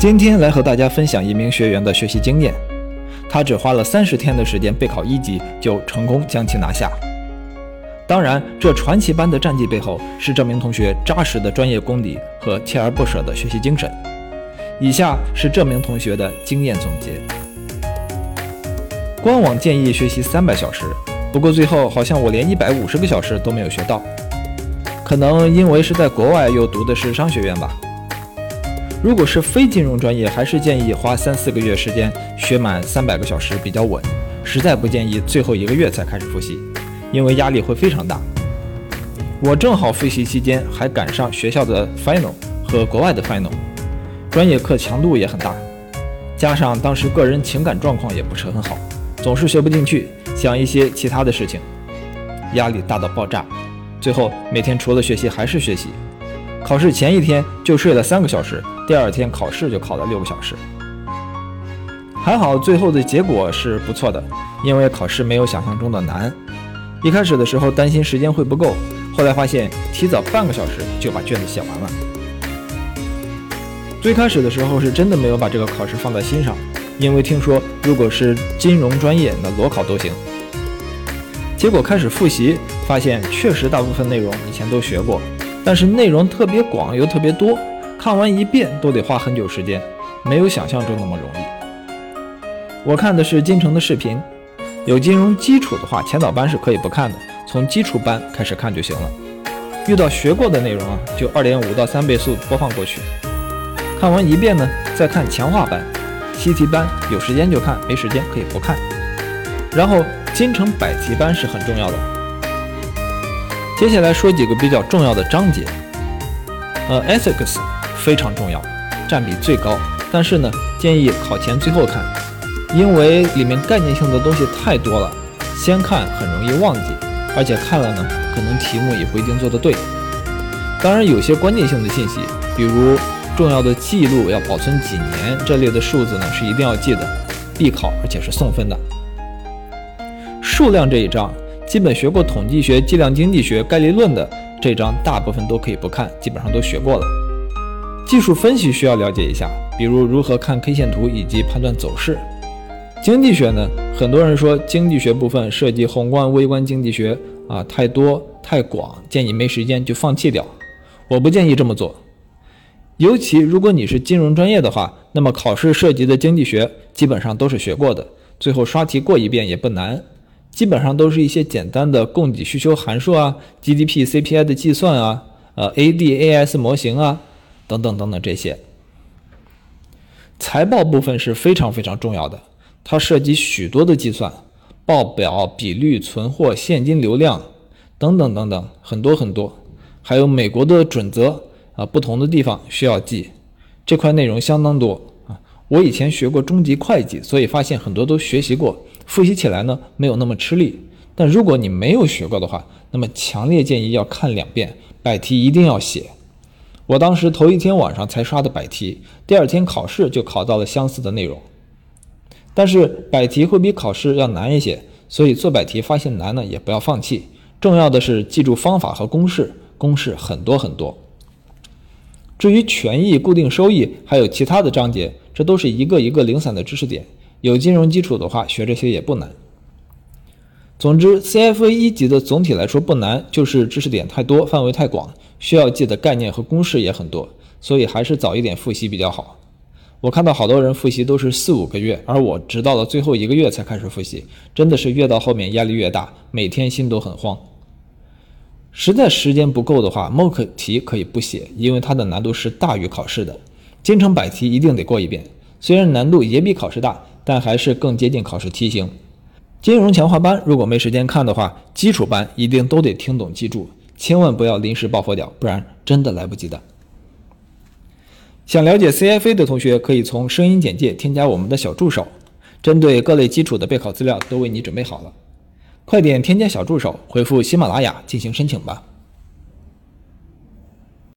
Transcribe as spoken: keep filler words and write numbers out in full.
今天来和大家分享一名学员的学习经验，他只花了三十天的时间备考一级，就成功将其拿下。当然，这传奇般的战绩背后是这名同学扎实的专业功底和锲而不舍的学习精神。以下是这名同学的经验总结。官网建议学习三百小时，不过最后好像我连一百五十个小时都没有学到，可能因为是在国外又读的是商学院吧。如果是非金融专业，还是建议花三四个月时间学满三百个小时比较稳，实在不建议最后一个月才开始复习，因为压力会非常大。我正好复习期间还赶上学校的 final 和国外的 final， 专业课强度也很大，加上当时个人情感状况也不是很好，总是学不进去，想一些其他的事情，压力大到爆炸。最后每天除了学习还是学习，考试前一天就睡了三个小时，第二天考试就考了六个小时。还好最后的结果是不错的，因为考试没有想象中的难。一开始的时候担心时间会不够，后来发现提早半个小时就把卷子写完了。最开始的时候是真的没有把这个考试放在心上，因为听说如果是金融专业那裸考都行。结果开始复习，发现确实大部分内容以前都学过，但是内容特别广又特别多，看完一遍都得花很久时间，没有想象中那么容易。我看的是金城的视频，有金融基础的话，前导班是可以不看的，从基础班开始看就行了。遇到学过的内容啊，就 二点五 到三倍速播放过去。看完一遍呢，再看强化班、习题班，有时间就看，没时间可以不看。然后金城百题班是很重要的。接下来说几个比较重要的章节。呃 Ethics 非常重要，占比最高，但是呢，建议考前最后看，因为里面概念性的东西太多了，先看很容易忘记，而且看了呢，可能题目也不一定做得对。当然有些关键性的信息，比如重要的记录要保存几年，这类的数字呢是一定要记的，必考而且是送分的。数量这一章，基本学过统计学、计量经济学、概率论的这一章大部分都可以不看，基本上都学过了。技术分析需要了解一下，比如如何看 K 线图以及判断走势。经济学呢，很多人说经济学部分涉及宏观微观经济学啊太多太广，建议没时间就放弃掉。我不建议这么做，尤其如果你是金融专业的话，那么考试涉及的经济学基本上都是学过的，最后刷题过一遍也不难，基本上都是一些简单的供给需求函数啊、G D P、C P I 的计算啊、呃 A D A S 模型啊等等等等这些。财报部分是非常非常重要的，它涉及许多的计算，报表、比率、存货、现金流量等等等等，很多很多，还有美国的准则啊，不同的地方需要记，这块内容相当多啊。我以前学过中级会计，所以发现很多都学习过，复习起来呢没有那么吃力。但如果你没有学过的话，那么强烈建议要看两遍，百题一定要写。我当时头一天晚上才刷的百题，第二天考试就考到了相似的内容。但是百题会比考试要难一些，所以做百题发现难呢也不要放弃，重要的是记住方法和公式，公式很多很多。至于权益、固定收益还有其他的章节，这都是一个一个零散的知识点，有金融基础的话学这些也不难。总之 C F A 一级的总体来说不难，就是知识点太多，范围太广，需要记的概念和公式也很多，所以还是早一点复习比较好。我看到好多人复习都是四五个月，而我直到了最后一个月才开始复习，真的是越到后面压力越大，每天心都很慌。实在时间不够的话， M O K 题可以不写，因为它的难度是大于考试的。金城百题一定得过一遍，虽然难度也比考试大，但还是更接近考试题型。金融强化班如果没时间看的话，基础班一定都得听懂记住，千万不要临时抱佛脚，不然真的来不及的。想了解 C F A 的同学可以从声音简介添加我们的小助手，针对各类基础的备考资料都为你准备好了，快点添加小助手，回复喜马拉雅进行申请吧。